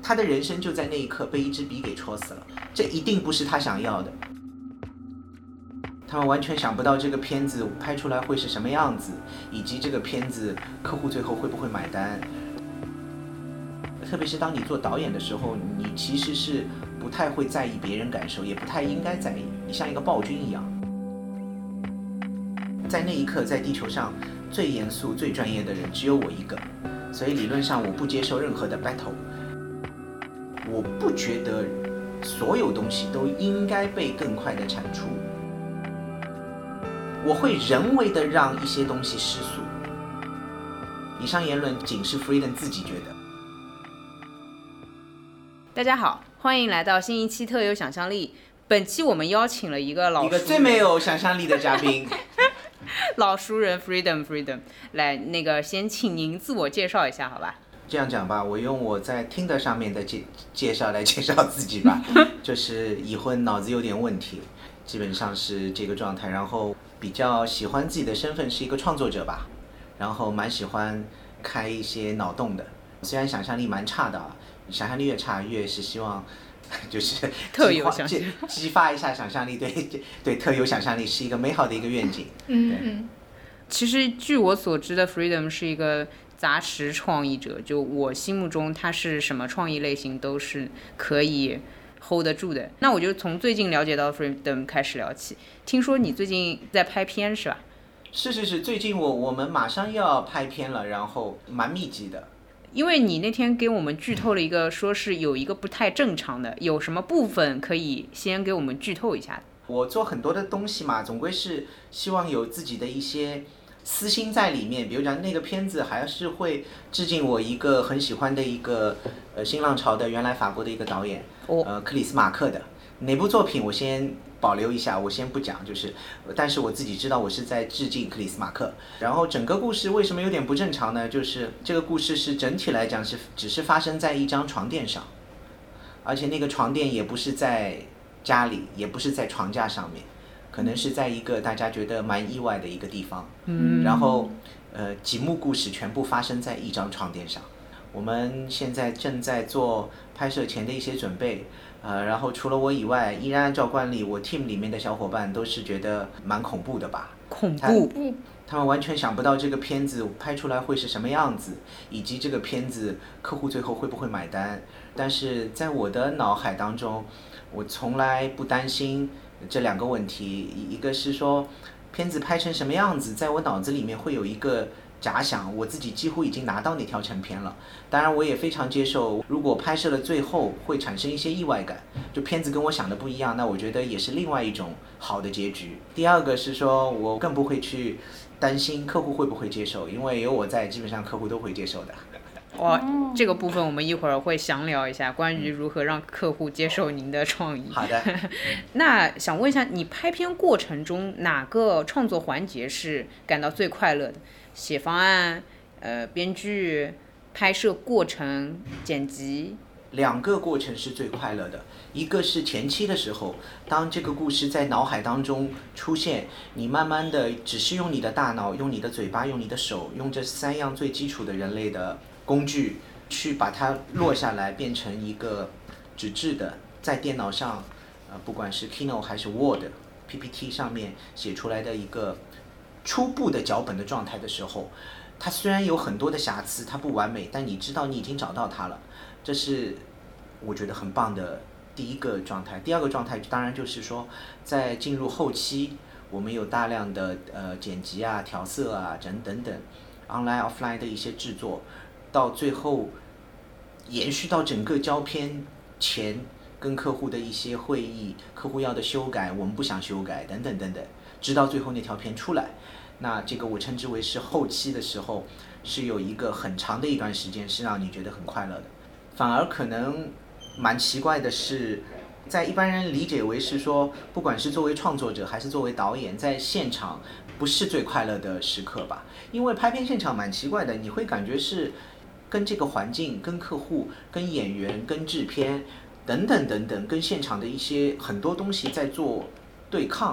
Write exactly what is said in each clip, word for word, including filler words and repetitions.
他的人生就在那一刻被一支笔给戳死了，这一定不是他想要的。他们完全想不到这个片子拍出来会是什么样子，以及这个片子客户最后会不会买单。特别是当你做导演的时候，你其实是不太会在意别人感受，也不太应该在意，你像一个暴君一样。在那一刻，在地球上最严肃最专业的人只有我一个，所以理论上我不接受任何的 battle。 我不觉得所有东西都应该被更快的产出，我会人为的让一些东西失速。以上言论仅是 Freedom 自己觉得。 大家好，欢迎来到新一期特有想象力。本期我们邀请了一个老熟人， 一个最没有想象力的嘉宾老熟人 Freedom Freedom 来，那个先请您自我介绍一下好吧。 这样讲吧，我用我在 Tinder 上面的介介绍来介绍自己吧就是已婚，脑子有点问题，基本上是这个状态。然后比较喜欢自己的身份是一个创作者吧，然后蛮喜欢开一些脑洞的，虽然想象力蛮差的啊，想象力越差越是希望就是特有想象力激发一下想象力，对对，特有想象力是一个美好的一个愿景。 嗯嗯，其实据我所知的 Freedom 是一个杂食创意者，就我心目中他是什么创意类型都是可以 hold 得住的。那我就从最近了解到 Freedom 开始聊起。听说你最近在拍片是吧？ 是是是，最近我我们马上要拍片了，然后蛮密集的。 因为你那天给我们剧透了一个，说是有一个不太正常的，有什么部分可以先给我们剧透一下？ 我做很多的东西嘛，总归是希望有自己的一些私心在里面。比如讲那个片子还是会致敬我一个很喜欢的一个呃新浪潮的原来法国的一个导演，呃克里斯马克的。哪部作品我先保留一下，我先不讲，就是但是我自己知道我是在致敬克里斯马克。然后整个故事为什么有点不正常呢？就是这个故事是整体来讲是只是发生在一张床垫上，而且那个床垫也不是在家里，也不是在床架上面，可能是在一个大家觉得蛮意外的一个地方。嗯，然后呃几幕故事全部发生在一张床垫上。我们现在正在做拍摄前的一些准备，呃，然后除了我以外，依然按照惯例，我 team 里面的小伙伴都是觉得蛮恐怖的吧？ 恐怖。 他们完全想不到这个片子拍出来会是什么样子，以及这个片子客户最后会不会买单。但是在我的脑海当中，我从来不担心这两个问题。一个是说片子拍成什么样子，在我脑子里面会有一个假想，我自己几乎已经拿到那条成片了。当然我也非常接受，如果拍摄了最后会产生一些意外感，就片子跟我想的不一样，那我觉得也是另外一种好的结局。第二个是说我更不会去担心客户会不会接受，因为有我在，基本上客户都会接受的。 哇，这个部分我们一会儿会详聊一下，关于如何让客户接受您的创意。 好的。 那想问一下，你拍片过程中哪个创作环节是感到最快乐的？写方案、呃，编剧、拍摄过程、剪辑？ 两个过程是最快乐的，一个是前期的时候，当这个故事在脑海当中出现，你慢慢的只是用你的大脑、用你的嘴巴、用你的手，用这三样最基础的人类的工具去把它落下来，变成一个纸质的，在电脑上，呃，不管是 Keynote 还是 Word、P P T 上面写出来的一个初步的脚本的状态的时候，它虽然有很多的瑕疵，它不完美，但你知道你已经找到它了，这是我觉得很棒的第一个状态。第二个状态当然就是说，在进入后期，我们有大量的呃剪辑啊、调色啊等等等 online offline 的一些制作，到最后延续到整个交片前跟客户的一些会议，客户要的修改，我们不想修改等等等等，直到最后那条片出来。那这个我称之为是后期的时候，是有一个很长的一段时间是让你觉得很快乐的。反而可能蛮奇怪的是，在一般人理解为是说，不管是作为创作者还是作为导演，在现场不是最快乐的时刻吧。因为拍片现场蛮奇怪的，你会感觉是跟这个环境、跟客户、跟演员、跟制片等等等等，跟现场的一些很多东西在做对抗。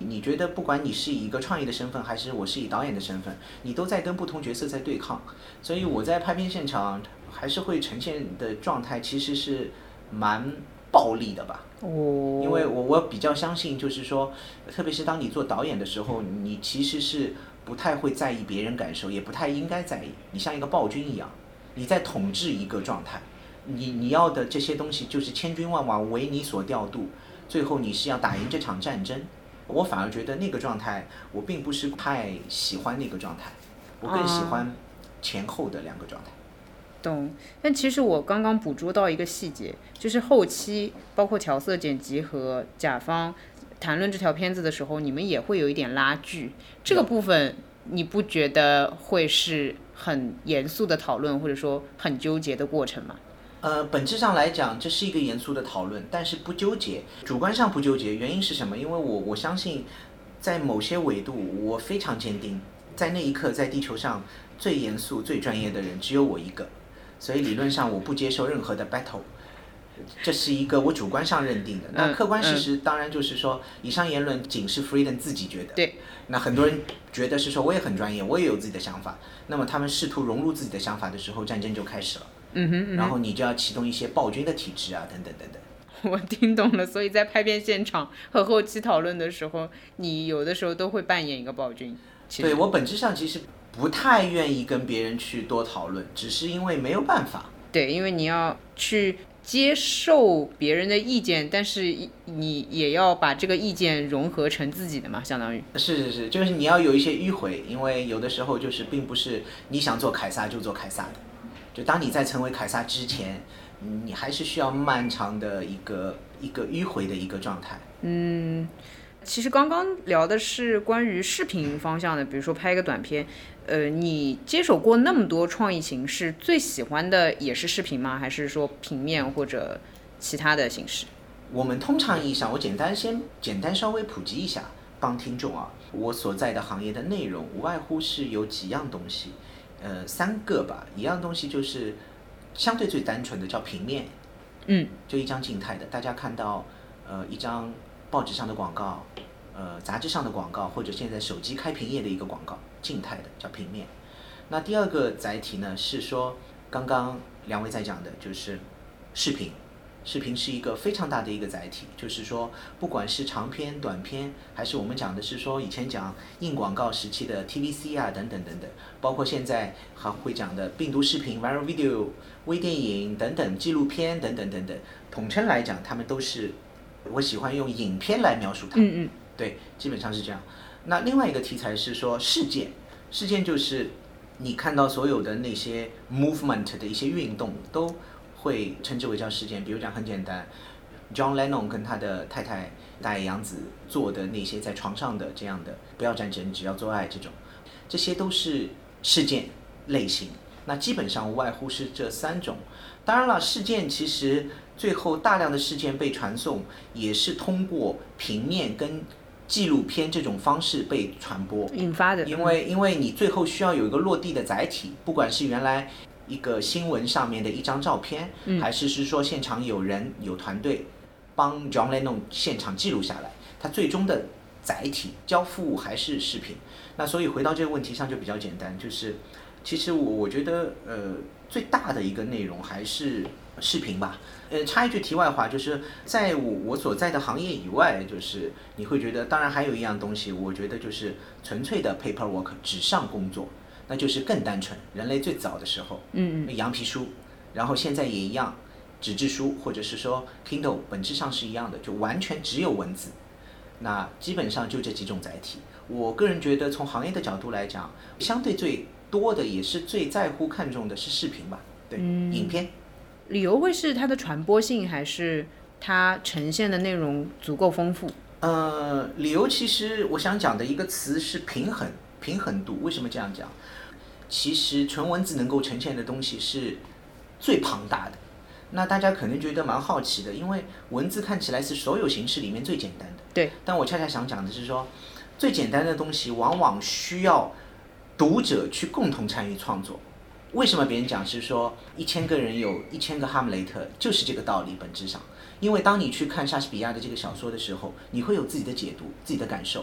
你觉得不管你是以一个创意的身份，还是我是以导演的身份，你都在跟不同角色在对抗。所以我在拍片现场还是会呈现的状态其实是蛮暴力的吧。 哦， 因为我我比较相信，就是说，特别是当你做导演的时候，你其实是不太会在意别人感受，也不太应该在意。你像一个暴君一样，你在统治一个状态，你你要的这些东西就是千军万马为你所调度，最后你是要打赢这场战争。我反而觉得那个状态，我并不是太喜欢那个状态，我更喜欢前后的两个状态。 懂，但其实我刚刚捕捉到一个细节，就是后期包括调色、剪辑和甲方谈论这条片子的时候，你们也会有一点拉锯。这个部分你不觉得会是很严肃的讨论，或者说很纠结的过程吗？ 呃，本质上来讲，这是一个严肃的讨论，但是不纠结，主观上不纠结。原因是什么？因为我我相信，在某些维度，我非常坚定，在那一刻，在地球上最严肃、最专业的人只有我一个。所以理论上我不接受任何的 battle， 这是一个我主观上认定的。那客观事实当然就是说，以上言论仅是 Freedom 自己觉得。 对。 那很多人觉得是说我也很专业，我也有自己的想法。那么他们试图融入自己的想法的时候，战争就开始了。 嗯哼, 嗯哼。 然后你就要启动一些暴君的体制啊，等等等等。 我听懂了，所以在拍片现场和后期讨论的时候，你有的时候都会扮演一个暴君。 对，我本质上其实不太愿意跟别人去多讨论，只是因为没有办法。 对，因为你要去接受别人的意见，但是你也要把这个意见融合成自己的嘛，相当于。 是是是，就是你要有一些迂回，因为有的时候就是并不是你想做凯撒就做凯撒的，就当你在成为凯撒之前，你还是需要漫长的一个一个迂回的一个状态。 嗯。其实刚刚聊的是关于视频方向的，比如说拍一个短片，呃，你接手过那么多创意形式，最喜欢的也是视频吗？还是说平面或者其他的形式？ 我们通常意义上，我简单先简单稍微普及一下，帮听众啊，我所在的行业的内容无外乎是有几样东西，呃，三个吧，一样东西就是相对最单纯的叫平面， 嗯， 就一张静态的，大家看到呃一张报纸上的广告，呃，杂志上的广告，或者现在手机开屏页的一个广告，静态的叫平面。那第二个载体呢，是说刚刚两位在讲的，就是视频。视频是一个非常大的一个载体，就是说，不管是长片、短片，还是我们讲的是说以前讲硬广告时期的 T V C 啊，等等等等，包括现在还会讲的病毒视频 （viral video）、微电影等等、纪录片等等等等，统称来讲，他们都是。我喜欢用影片来描述它， 嗯嗯， 对，基本上是这样。那另外一个题材是说事件，事件就是你看到所有的那些 movement 的一些运动，都会称之为叫事件。比如讲很简单 ，John Lennon 跟他的太太大野洋子做的那些在床上的这样的不要战争，只要做爱这种，这些都是事件类型。那基本上无外乎是这三种。当然了，事件其实最后大量的事件被传送，也是通过平面跟纪录片这种方式被传播引发的。 因为因为你最后需要有一个落地的载体，不管是原来一个新闻上面的一张照片， 嗯、 还是是说现场有人有团队帮 John Lennon 现场记录下来，它最终的载体交付物还是视频。那所以回到这个问题上就比较简单，就是其实我我觉得呃最大的一个内容还是视频吧。呃，插一句题外话，就是在我我所在的行业以外，就是你会觉得，当然还有一样东西，我觉得就是纯粹的 paperwork 纸上工作，那就是更单纯。人类最早的时候， 嗯， 羊皮书，然后现在也一样，纸质书或者是说 Kindle 本质上是一样的，就完全只有文字。那基本上就这几种载体。我个人觉得，从行业的角度来讲，相对最多的也是最在乎看重的是视频吧，对， 嗯、 影片。 理由会是它的传播性，还是它呈现的内容足够丰富？ 呃，理由其实我想讲的一个词是平衡，平衡度。为什么这样讲？其实纯文字能够呈现的东西是最庞大的。那大家可能觉得蛮好奇的，因为文字看起来是所有形式里面最简单的。 对。 但我恰恰想讲的是说，最简单的东西往往需要读者去共同参与创作。为什么别人讲是说一千个人有一千个哈姆雷特，就是这个道理本质上。因为当你去看莎士比亚的这个小说的时候，你会有自己的解读、自己的感受。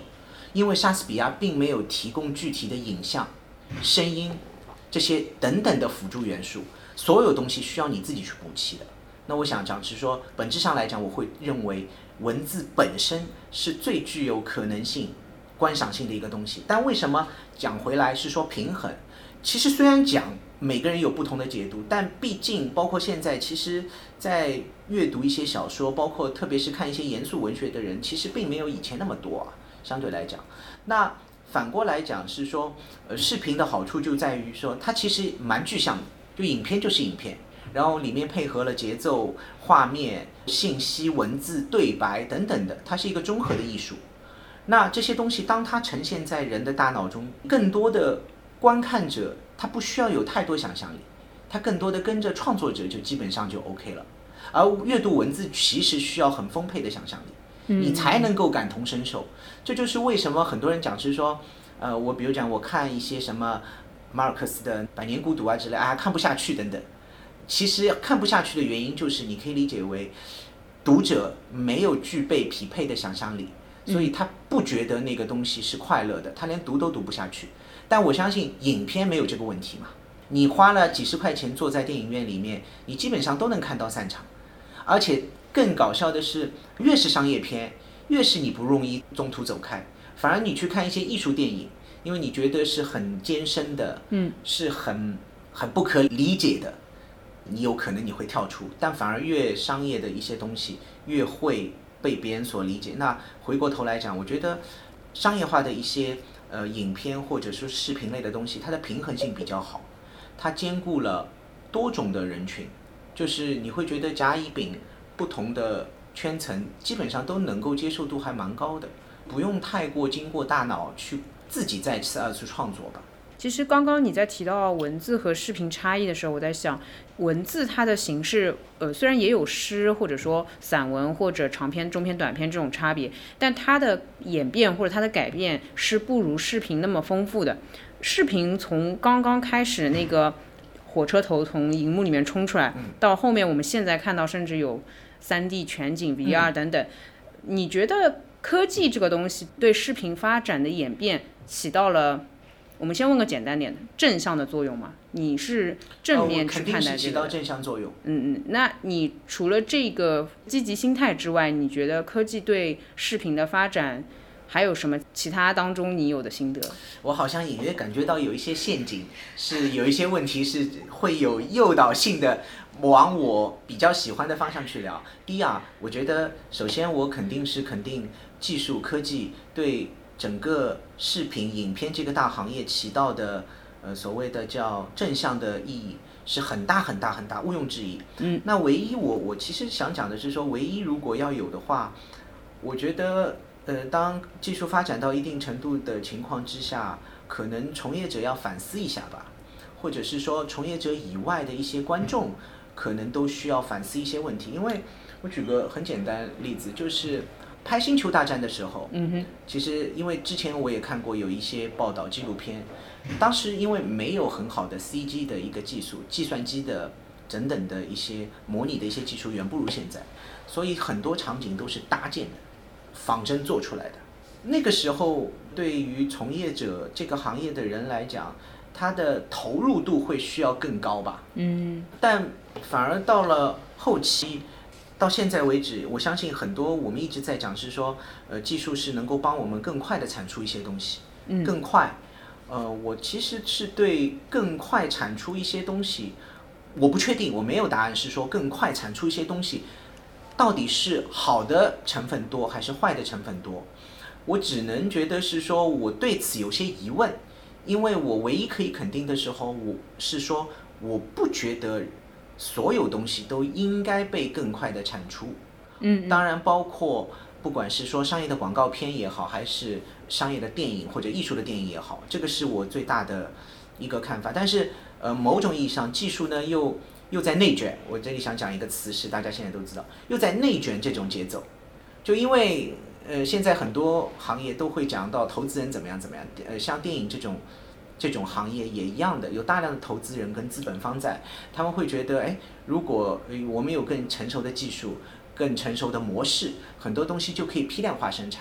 因为莎士比亚并没有提供具体的影像、声音这些等等的辅助元素，所有东西需要你自己去补齐的。那我想讲是说，本质上来讲，我会认为文字本身是最具有可能性、观赏性的一个东西。但为什么讲回来是说平衡？其实虽然讲每个人有不同的解读，但毕竟包括现在，其实在阅读一些小说，包括特别是看一些严肃文学的人，其实并没有以前那么多啊，相对来讲。那反过来讲是说，呃，视频的好处就在于说，它其实蛮具象的，就影片就是影片，然后里面配合了节奏、画面、信息、文字、对白等等的，它是一个综合的艺术。那这些东西当它呈现在人的大脑中，更多的观看者他不需要有太多想象力，他更多的跟着创作者就基本上就 OK 了。而阅读文字其实需要很丰沛的想象力，你才能够感同身受。这就是为什么很多人讲是说，呃，我比如讲我看一些什么马尔克斯的《百年孤独》啊之类啊，看不下去等等。其实看不下去的原因就是你可以理解为读者没有具备匹配的想象力，所以他不觉得那个东西是快乐的，他连读都读不下去。但我相信影片没有这个问题嘛，你花了几十块钱坐在电影院里面，你基本上都能看到散场。而且更搞笑的是，越是商业片，越是你不容易中途走开，反而你去看一些艺术电影，因为你觉得是很艰深的，嗯，是很很不可理解的，你有可能你会跳出。但反而越商业的一些东西，越会被别人所理解。那回过头来讲，我觉得商业化的一些呃影片或者说视频类的东西，它的平衡性比较好，它兼顾了多种的人群，就是你会觉得甲乙丙不同的圈层基本上都能够接受度还蛮高的，不用太过经过大脑去自己再次二次创作吧。 其实刚刚你在提到文字和视频差异的时候，我在想，文字它的形式，呃，虽然也有诗或者说散文或者长篇、中篇、短篇这种差别，但它的演变或者它的改变是不如视频那么丰富的。视频从刚刚开始那个火车头从荧幕里面冲出来，到后面我们现在看到甚至有 三 D 全景 V R 等等，你觉得科技这个东西对视频发展的演变起到了，我们先问个简单点的，正向的作用吗？你是正面去看待这个？ 肯定是起到正向作用。 嗯嗯，那你除了这个积极心态之外，你觉得科技对视频的发展还有什么其他当中你有的心得？ 我好像隐约感觉到有一些陷阱，是有一些问题是会有诱导性的往我比较喜欢的方向去聊。第一啊，我觉得首先我肯定是肯定技术科技对整个视频影片这个大行业起到的呃所谓的叫正向的意义是很大很大很大，毋庸置疑。嗯，那唯一我我其实想讲的是说，唯一如果要有的话，我觉得呃当技术发展到一定程度的情况之下，可能从业者要反思一下吧，或者是说从业者以外的一些观众可能都需要反思一些问题。因为我举个很简单的例子，就是拍星球大战的时候，嗯哼，其实因为之前我也看过有一些报道纪录片，当时因为没有很好的 C G 的一个技术，计算机的等等的一些模拟的一些技术远不如现在，所以很多场景都是搭建的，仿真做出来的。那个时候对于从业者这个行业的人来讲，他的投入度会需要更高吧，嗯，但反而到了后期，到现在为止，我相信很多我们一直在讲是说，呃，技术是能够帮我们更快的产出一些东西，嗯，更快，呃，我其实是对更快产出一些东西，我不确定，我没有答案，是说更快产出一些东西，到底是好的成分多还是坏的成分多？我只能觉得是说我对此有些疑问，因为我唯一可以肯定的时候，我是说我不觉得所有东西都应该被更快的产出。嗯，当然包括不管是说商业的广告片也好，还是商业的电影或者艺术的电影也好，这个是我最大的一个看法。但是呃，某种意义上，技术呢又又在内卷。我这里想讲一个词是大家现在都知道，又在内卷这种节奏。就因为呃，现在很多行业都会讲到投资人怎么样怎么样，呃，像电影这种这种行业也一样的，有大量的投资人跟资本方在，他们会觉得，哎，如果我们有更成熟的技术、更成熟的模式，很多东西就可以批量化生产。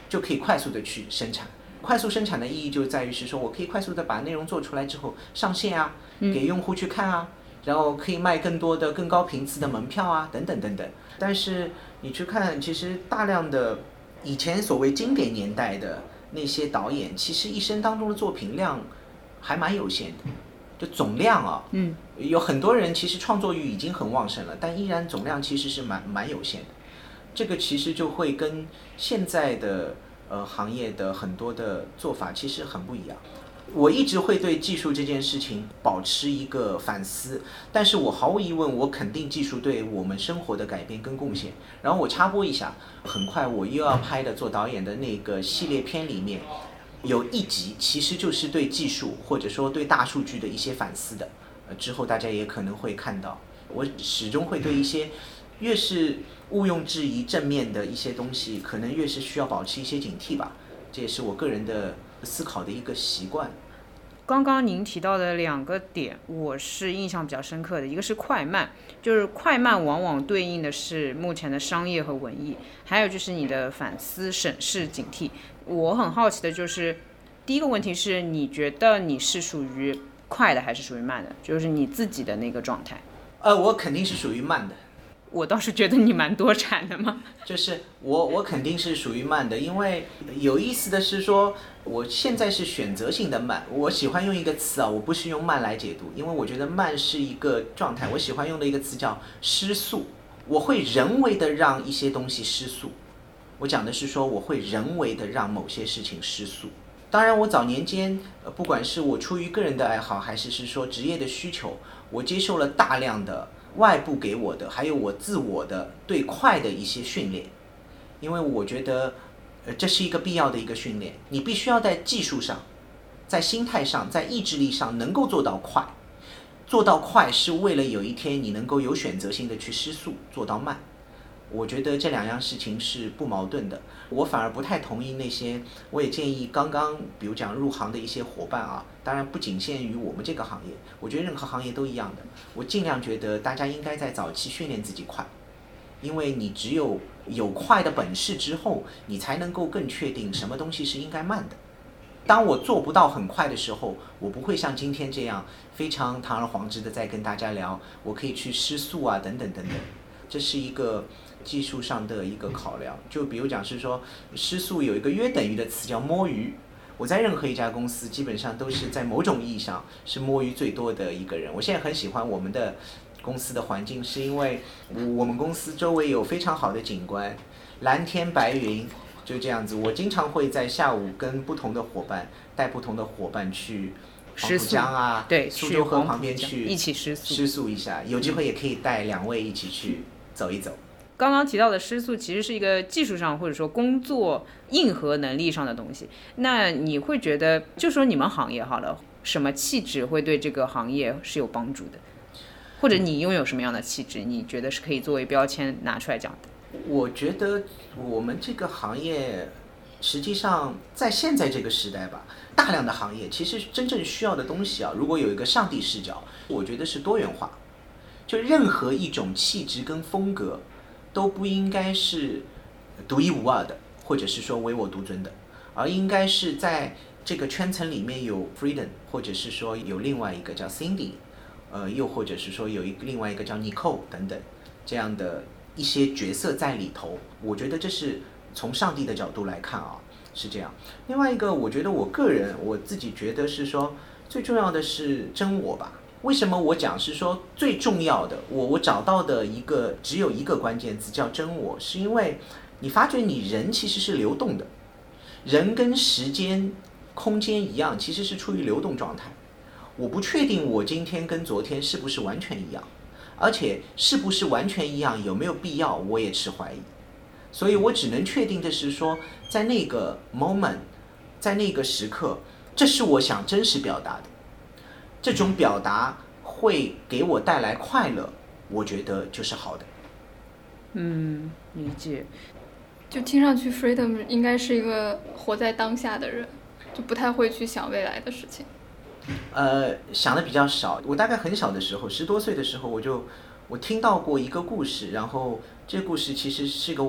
就可以快速的去生产。快速生产的意义就在于是说我可以快速的把内容做出来之后上线啊，给用户去看啊，然后可以卖更多的更高频次的门票啊，等等等等。但是你去看，其实大量的以前所谓经典年代的那些导演，其实一生当中的作品量还蛮有限的，就总量啊， 嗯， 有很多人其实创作欲已经很旺盛了，但依然总量其实是蛮蛮有限的。这个其实就会跟现在的呃行业的很多的做法其实很不一样。我一直会对技术这件事情保持一个反思，但是我毫无疑问，我肯定技术对我们生活的改变跟贡献。然后我插播一下，很快我又要拍的做导演的那个系列片里面，有一集其实就是对技术或者说对大数据的一些反思的。呃，之后大家也可能会看到，我始终会对一些越是毋庸置疑正面的一些东西，可能越是需要保持一些警惕吧。这也是我个人的思考的一个习惯。 刚刚您提到的两个点，我是印象比较深刻的，一个是快慢，就是快慢往往对应的是目前的商业和文艺，还有就是你的反思、审视、警惕。我很好奇的就是，第一个问题是你觉得你是属于快的还是属于慢的？就是你自己的那个状态。 呃，我肯定是属于慢的。 我倒是觉得你蛮多产的嘛。 就是我我肯定是属于慢的，因为有意思的是说，我现在是选择性的慢。我喜欢用一个词啊，我不是用慢来解读，因为我觉得慢是一个状态。我喜欢用的一个词叫失速，我会人为的让一些东西失速。我讲的是说，我会人为的让某些事情失速。当然，我早年间，呃，不管是我出于个人的爱好，还是是说职业的需求，我接受了大量的外部给我的，还有我自我的对快的一些训练，因为我觉得，呃，这是一个必要的一个训练。你必须要在技术上、在心态上、在意志力上能够做到快。做到快是为了有一天你能够有选择性的去失速，做到慢。我觉得这两样事情是不矛盾的。我反而不太同意那些，我也建议刚刚比如讲入行的一些伙伴啊，当然不仅限于我们这个行业，我觉得任何行业都一样的。我尽量觉得大家应该在早期训练自己快，因为你只有有快的本事之后，你才能够更确定什么东西是应该慢的。当我做不到很快的时候，我不会像今天这样非常堂而皇之的在跟大家聊我可以去失速啊等等等等。这是一个技术上的一个考量。就比如讲是说失速有一个约等于的词叫摸鱼，我在任何一家公司基本上都是在某种意义上是摸鱼最多的一个人。我现在很喜欢我们的公司的环境，是因为我们公司周围有非常好的景观，蓝天白云，就这样子。我经常会在下午跟不同的伙伴带不同的伙伴去黄浦江啊， 对， 苏州河旁边去一起失速失速一下，有机会也可以带两位一起去走一走。 刚刚提到的失速其实是一个技术上或者说工作硬核能力上的东西，那你会觉得就说你们行业好了，什么气质会对这个行业是有帮助的，或者你拥有什么样的气质你觉得是可以作为标签拿出来讲的？ 我觉得我们这个行业实际上在现在这个时代吧，大量的行业其实真正需要的东西啊，如果有一个上帝视角，我觉得是多元化。就任何一种气质跟风格都不应该是独一无二的，或者是说唯我独尊的，而应该是在这个圈层里面有 Freedom， 或者是说有另外一个叫 Cindy， 呃，又或者是说有一个另外一个叫 Nicole 等等这样的一些角色在里头。我觉得这是从上帝的角度来看啊，是这样。另外一个，我觉得我个人我自己觉得是说最重要的是真我吧。为什么我讲是说最重要的，我我找到的一个只有一个关键字叫真我，是因为你发觉你人其实是流动的，人跟时间空间一样，其实是处于流动状态。我不确定我今天跟昨天是不是完全一样，而且是不是完全一样有没有必要我也持怀疑。所以我只能确定的是说，在那个 moment， 在那个时刻，这是我想真实表达的，这种表达会给我带来快乐，我觉得就是好的。 嗯，理解。 就听上去 Freedom 应该是一个活在当下的人，就不太会去想未来的事情。 呃，想的比较少。我大概很小的时候，十多岁的时候，我就我听到过一个故事，然后这个故事其实是个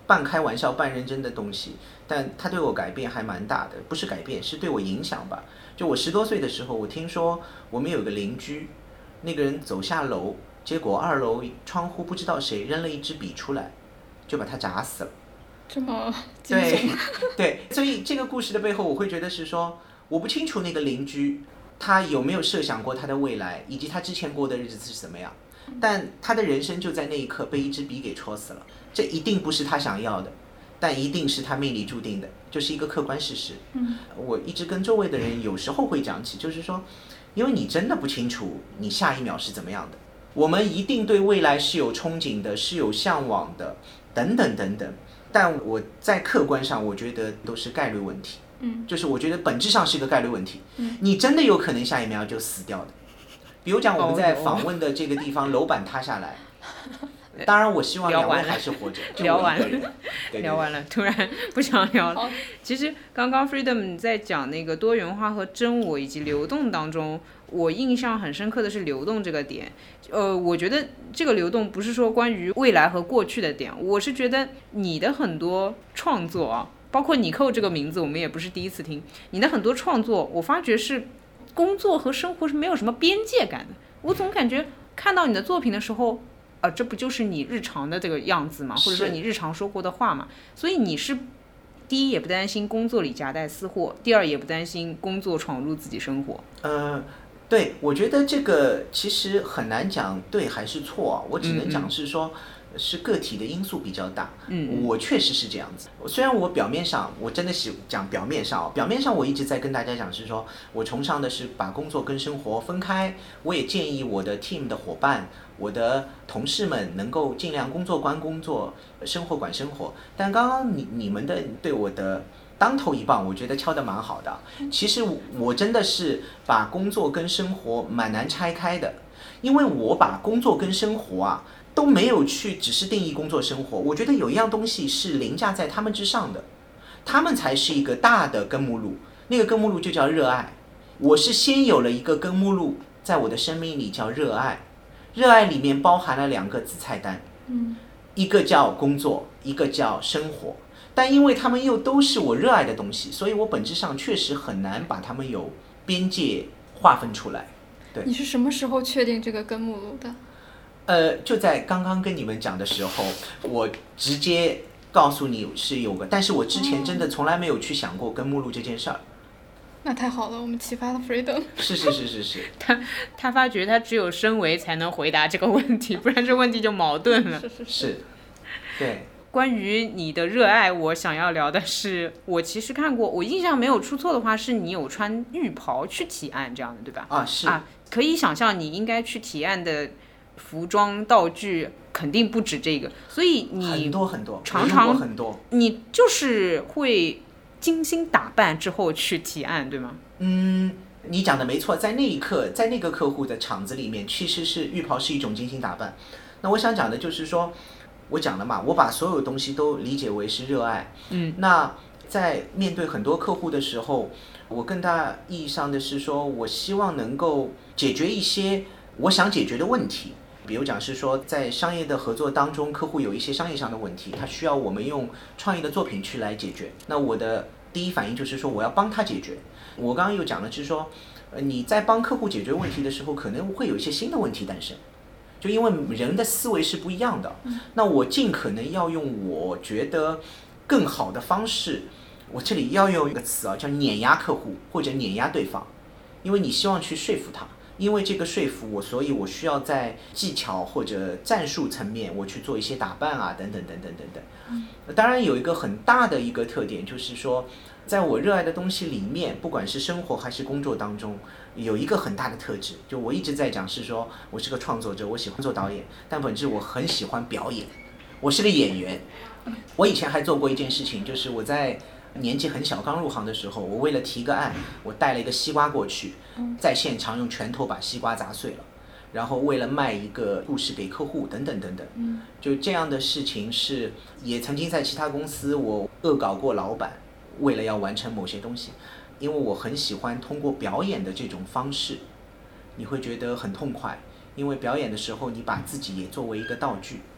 半开玩笑半认真的东西，但它对我改变还蛮大的，不是改变，是对我影响吧。就我十多岁的时候，我听说我们有个邻居，那个人走下楼，结果二楼窗户不知道谁扔了一支笔出来，就把他砸死了。 这么惊悚。 对对，所以这个故事的背后，我会觉得是说，我不清楚那个邻居他有没有设想过他的未来，以及他之前过的日子是怎么样，但他的人生就在那一刻被一支笔给戳死了。这一定不是他想要的，但一定是他命里注定的，就是一个客观事实。 嗯， 我一直跟周围的人有时候会讲起，就是说，因为你真的不清楚你下一秒是怎么样的。我们一定对未来是有憧憬的，是有向往的，等等等等。但我在客观上，我觉得都是概率问题。 嗯， 就是我觉得本质上是一个概率问题。 嗯， 你真的有可能下一秒就死掉的。比如讲我们在访问的这个地方，楼板塌下来。当然，我希望两位还是活着。 聊完了， 对对对聊完了，突然不想聊了。其实刚刚 Freedom 在讲那个多元化和真我以及流动当中，我印象很深刻的是流动这个点。呃，我觉得这个流动不是说关于未来和过去的点，我是觉得你的很多创作啊，包括尼寇这个名字，我们也不是第一次听。你的很多创作，我发觉是工作和生活是没有什么边界感的。我总感觉看到你的作品的时候。呃，这不就是你日常的这个样子吗？或者说你日常说过的话嘛？所以你是第一也不担心工作里夹带私货，第二也不担心工作闯入自己生活。 呃，对，我觉得这个其实很难讲对还是错，我只能讲是说。嗯嗯是个体的因素比较大， 嗯， 我确实是这样子。虽然我表面上，我真的喜讲表面上，表面上我一直在跟大家讲是说，我崇尚的是把工作跟生活分开。我也建议我的 team 的伙伴，我的同事们能够尽量工作管工作，生活管生活。但刚刚你你们的对我的当头一棒，我觉得敲得蛮好的。其实我真的是把工作跟生活蛮难拆开的，因为我把工作跟生活啊。都没有去只是定义工作生活，我觉得有一样东西是凌驾在他们之上的，他们才是一个大的根目录，那个根目录就叫热爱。我是先有了一个根目录在我的生命里叫热爱，热爱里面包含了两个子菜单， 嗯， 一个叫工作，一个叫生活，但因为他们又都是我热爱的东西，所以我本质上确实很难把他们有边界划分出来。对， 你是什么时候确定这个根目录的？ 呃，就在刚刚跟你们讲的时候，我直接告诉你是有个，但是我之前真的从来没有去想过根目录这件事儿。 那太好了，我们启发了 Freedom。 是是是是是， 他他发觉他只有升维才能回答这个问题，不然这问题就矛盾了。 是是是，对。 关于你的热爱，我想要聊的是，我其实看过，我印象没有出错的话，是你有穿浴袍去提案这样的，对吧？ 啊，是啊，可以想象你应该去提案的。服装道具肯定不止这个，所以你很多很多， 常常很多， 你就是会精心打扮之后去提案，对吗？ 嗯，你讲的没错，在那一刻，在那个客户的场子里面，其实是浴袍是一种精心打扮。那我想讲的就是说，我讲了嘛，我把所有东西都理解为是热爱。 嗯， 那在面对很多客户的时候，我更大意义上的是说，我希望能够解决一些我想解决的问题。比如讲是说，在商业的合作当中，客户有一些商业上的问题，他需要我们用创意的作品去来解决。那我的第一反应就是说，我要帮他解决。我刚刚又讲了，就是说，呃，你在帮客户解决问题的时候，可能会有一些新的问题诞生，就因为人的思维是不一样的。那我尽可能要用我觉得更好的方式，我这里要用一个词啊，叫碾压客户或者碾压对方，因为你希望去说服他。因为这个说服我，所以我需要在技巧或者战术层面，我去做一些打扮啊，等等等等等等。当然有一个很大的一个特点，就是说，在我热爱的东西里面，不管是生活还是工作当中，有一个很大的特质，就我一直在讲是说，我是个创作者，我喜欢做导演，但本质我很喜欢表演，我是个演员。我以前还做过一件事情，就是我在年纪很小刚入行的时候，我为了提个案，我带了一个西瓜过去，在现场用拳头把西瓜砸碎了，然后为了卖一个故事给客户等等等等，就这样的事情是也曾经在其他公司我恶搞过老板，为了要完成某些东西，因为我很喜欢通过表演的这种方式，你会觉得很痛快，因为表演的时候你把自己也作为一个道具，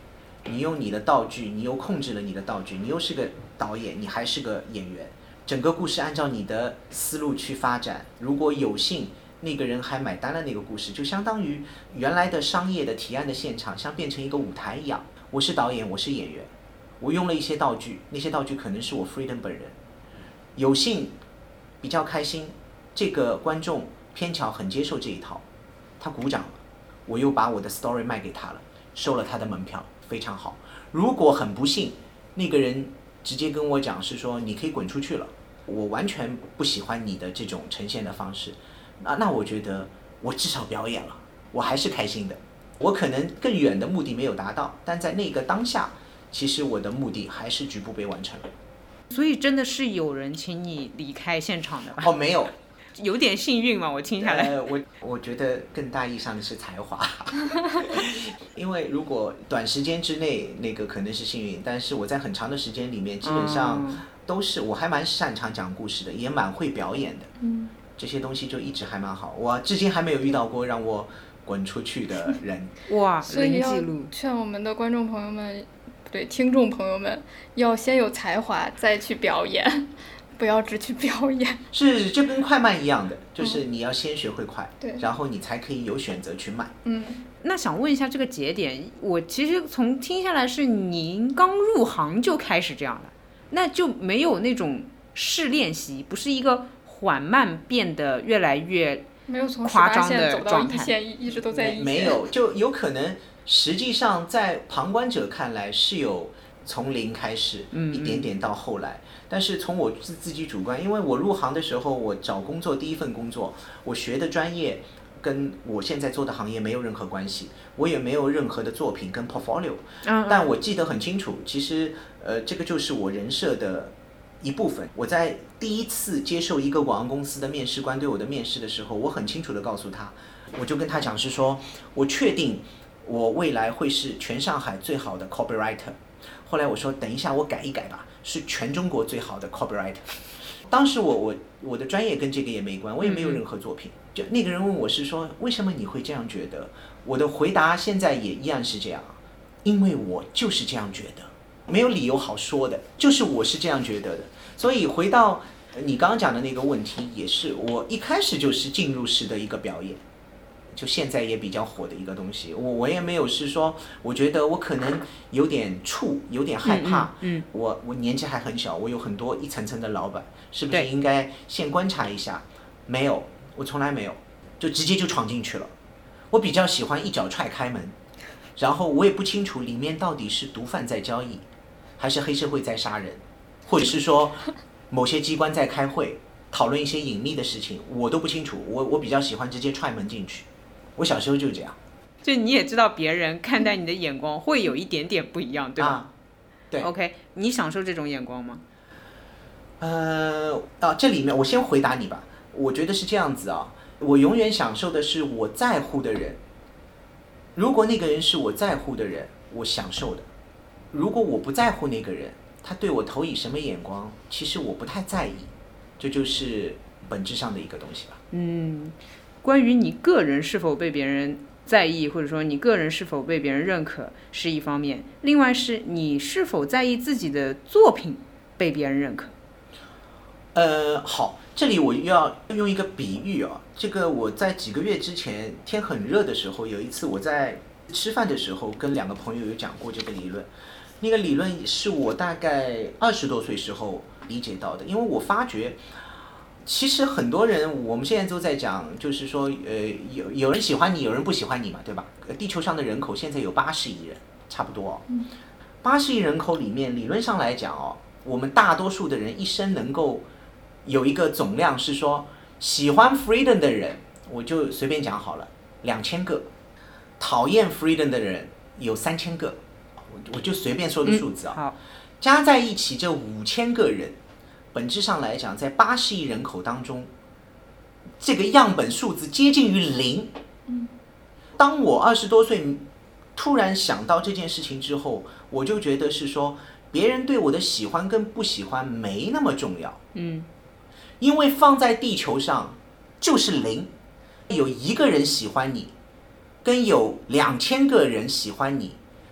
你用你的道具，你又控制了你的道具，你又是个导演，你还是个演员，整个故事按照你的思路去发展。如果有幸那个人还买单了那个故事，就相当于原来的商业的提案的现场像变成一个舞台一样。我是导演，我是演员，我用了一些道具，那些道具可能是我 Freedom 本人。有幸比较开心，这个观众偏巧很接受这一套，他鼓掌了，我又把我的 story 卖给他了，收了他的门票，非常好。如果很不幸那个人直接跟我讲是说你可以滚出去了，我完全不喜欢你的这种呈现的方式，那那我觉得我至少表演了，我还是开心的。我可能更远的目的没有达到，但在那个当下其实我的目的还是局部被完成了。 所以真的是有人请你离开现场的吧？ 哦，没有， 有点幸运嘛，我听下来。 呃、我我觉得更大意义上的是才华，因为如果短时间之内那个可能是幸运，但是我在很长的时间里面基本上都是、嗯、我还蛮擅长讲故事的，也蛮会表演的， 嗯， 这些东西就一直还蛮好。我至今还没有遇到过让我滚出去的人。 哇， 所以要零记录。 劝我们的观众朋友们，对听众朋友们，要先有才华再去表演，不要只去表演。 是，就跟快慢一样的，就是你要先学会快， 对、嗯， 然后你才可以有选择去慢。 嗯， 那想问一下这个节点，我其实从听下来是您刚入行就开始这样的，那就没有那种试练习，不是一个缓慢变得越来越没有从夸张的状态， 一线一直都在一线， 没有，就有可能实际上在旁观者看来是有从零开始， 嗯嗯一点点到后来。但是从我自自己主观，因为我入行的时候，我找工作第一份工作，我学的专业跟我现在做的行业没有任何关系，我也没有任何的作品跟 portfolio， 嗯嗯， 但我记得很清楚，其实呃这个就是我人设的一部分。我在第一次接受一个广告公司的面试官对我的面试的时候，我很清楚的告诉他，我就跟他讲是说，我确定我未来会是全上海最好的 copywriter。后来我说等一下我改一改吧，是全中国最好的 copywriter。当时我我我的专业跟这个也没关，我也没有任何作品。就那个人问我是说为什么你会这样觉得，我的回答现在也一样是这样，因为我就是这样觉得，没有理由好说的，就是我是这样觉得的。所以回到你刚刚讲的那个问题，也是我一开始就是进入式的一个表演，就现在也比较火的一个东西。我我也没有是说，我觉得我可能有点怵，有点害怕。 嗯, 嗯, 嗯我我年纪还很小，我有很多一层层的老板，是不是应该先观察一下？没有，我从来没有，就直接就闯进去了。我比较喜欢一脚踹开门，然后我也不清楚里面到底是毒贩在交易，还是黑社会在杀人，或者是说某些机关在开会讨论一些隐秘的事情，我都不清楚。我我比较喜欢直接踹门进去。我小时候就这样， 就你也知道别人看待你的眼光会有一点点不一样，对吧？ 啊、对。 OK， 你享受这种眼光吗？ 呃啊，这里面我先回答你吧。我觉得是这样子啊，我永远享受的是我在乎的人。如果那个人是我在乎的人，我享受的；如果我不在乎那个人，他对我投以什么眼光，其实我不太在意。这就是本质上的一个东西吧。 嗯。关于你个人是否被别人在意，或者说你个人是否被别人认可是一方面，另外是你是否在意自己的作品被别人认可。 呃，好，这里我要用一个比喻啊，这个我在几个月之前天很热的时候，有一次我在吃饭的时候跟两个朋友有讲过这个理论。那个理论是我大概二十多岁时候理解到的，因为我发觉其实很多人，我们现在都在讲，就是说，呃，有有人喜欢你，有人不喜欢你嘛，对吧？地球上的人口现在有八十亿人，差不多哦。八十亿人口里面，理论上来讲哦，我们大多数的人一生能够有一个总量是说，喜欢 Freedom 的人，我就随便讲好了，两千个；讨厌 Freedom 的人有三千个，我我就随便说个数字啊、哦。 嗯、好， 加在一起这五千个人。本质上来讲，在八十亿人口当中，这个样本数字接近于零。当我二十多岁突然想到这件事情之后，我就觉得是说，别人对我的喜欢跟不喜欢没那么重要。 嗯， 因为放在地球上就是零，有一个人喜欢你，跟有两千个人喜欢你，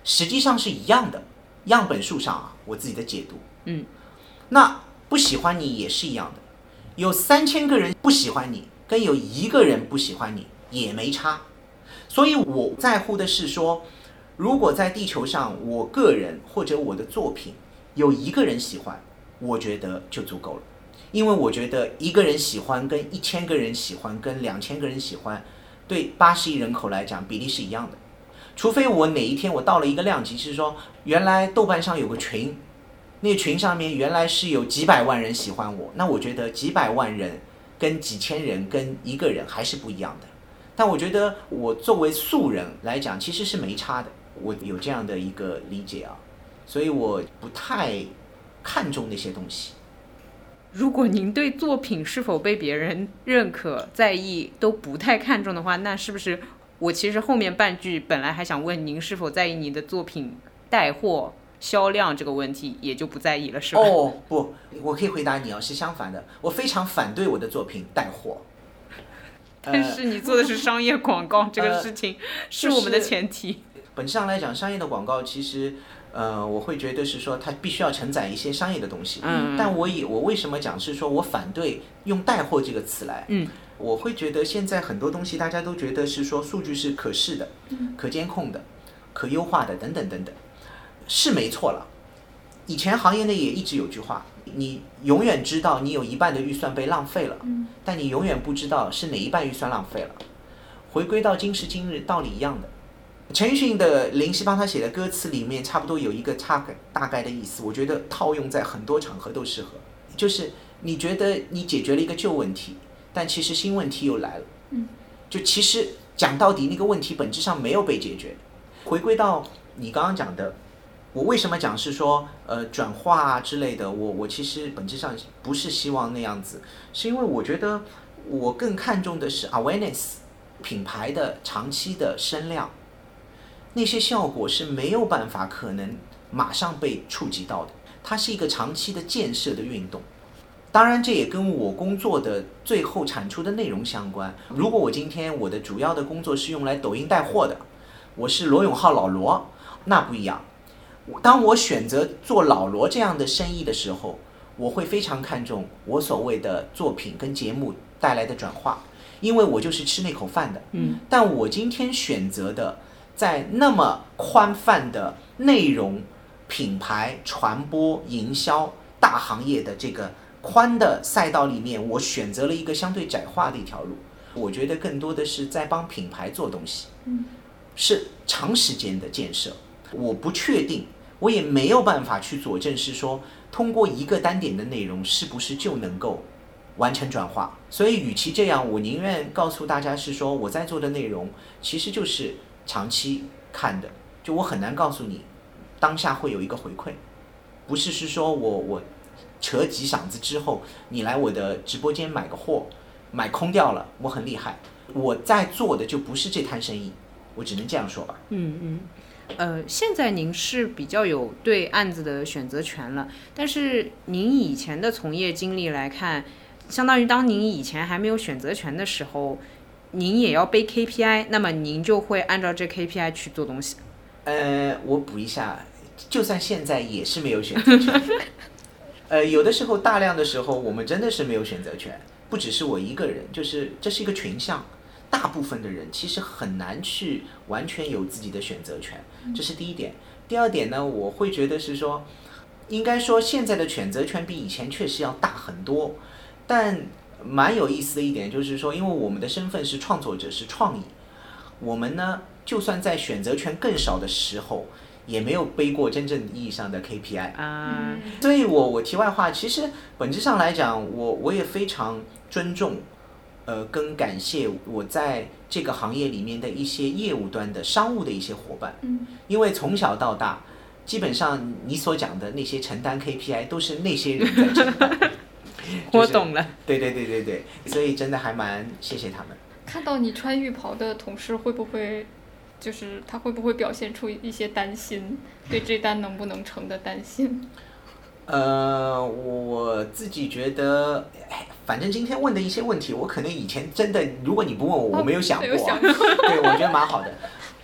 实际上是一样的，样本数上啊，我自己的解读。 嗯， 那不喜欢你也是一样的，有三千个人不喜欢你，跟有一个人不喜欢你也没差。所以我在乎的是说，如果在地球上，我个人或者我的作品有一个人喜欢，我觉得就足够了。因为我觉得一个人喜欢跟一千个人喜欢跟两千个人喜欢，对八十亿人口来讲比例是一样的。除非我哪一天我到了一个量级，是说原来豆瓣上有个群，那个群上面原来是有几百万人喜欢我，那我觉得几百万人跟几千人跟一个人还是不一样的。但我觉得我作为素人来讲其实是没差的，我有这样的一个理解啊，所以我不太看重那些东西。 如果您对作品是否被别人认可在意都不太看重的话，那是不是我其实后面半句本来还想问您是否在意你的作品带货销量这个问题，也就不在意了，是吧？ 哦，不，我可以回答你哦，是相反的，我非常反对我的作品带货。 但是你做的是商业广告，这个事情是我们的前提。 就是、本质上来讲，商业的广告其实，呃，我会觉得是说它必须要承载一些商业的东西。 嗯。 但我以我为什么讲是说我反对用带货这个词来？ 嗯。 我会觉得现在很多东西大家都觉得是说数据是可视的、可监控的、可优化的等等等等，是没错了。以前行业内也一直有句话。你永远知道你有一半的预算被浪费了，但你永远不知道是哪一半预算浪费了。回归到今时今日，道理一样的。陈奕迅的林夕帮他写的歌词里面，差不多有一个大概大概的意思，我觉得套用在很多场合都适合。就是你觉得你解决了一个旧问题，但其实新问题又来了。就其实讲到底，那个问题本质上没有被解决。回归到你刚刚讲的。我为什么讲是说，呃，转化啊之类的，我我其实本质上不是希望那样子，是因为我觉得我更看重的是 awareness， 品牌的长期的声量，那些效果是没有办法可能马上被触及到的，它是一个长期的建设的运动。当然，这也跟我工作的最后产出的内容相关。如果我今天我的主要的工作是用来抖音带货的，我是罗永浩老罗，那不一样。当我选择做老罗这样的生意的时候，我会非常看重我所谓的作品跟节目带来的转化，因为我就是吃那口饭的。 嗯， 但我今天选择的在那么宽泛的内容、品牌、传播、营销大行业的这个宽的赛道里面，我选择了一个相对窄化的一条路。我觉得更多的是在帮品牌做东西，是长时间的建设。我不确定，我也没有办法去佐证是说通过一个单点的内容是不是就能够完成转化。所以与其这样，我宁愿告诉大家是说我在做的内容其实就是长期看的，就我很难告诉你当下会有一个回馈，不是是说我我扯几嗓子之后你来我的直播间买个货买空掉了，我很厉害。我在做的就不是这摊生意，我只能这样说吧。 嗯嗯。呃，现在您是比较有对案子的选择权了，但是您以前的从业经历来看，相当于当您以前还没有选择权的时候，您也要背 K P I， 那么您就会按照这 K P I 去做东西。 呃，我补一下，就算现在也是没有选择权。呃，有的时候大量的时候，我们真的是没有选择权，不只是我一个人，就是这是一个群像。大部分的人其实很难去完全有自己的选择权，这是第一点。第二点呢，我会觉得是说，应该说现在的选择权比以前确实要大很多。但蛮有意思的一点就是说，因为我们的身份是创作者，是创意，我们呢，就算在选择权更少的时候，也没有背过真正意义上的 K P I 啊。 所以我我题外话，其实本质上来讲，我我也非常尊重。呃，跟感谢我在这个行业里面的一些业务端的商务的一些伙伴， 嗯， 因为从小到大，基本上你所讲的那些承担 K P I 都是那些人在承担。就是、 我懂了。 对对对对对，所以真的还蛮谢谢他们。 看到你穿浴袍的同事会不会，就是他会不会表现出一些担心，对这单能不能成的担心？ 呃，我自己觉得，反正今天问的一些问题，我可能以前真的，如果你不问我，我没有想过， 没有想过对，我觉得蛮好的。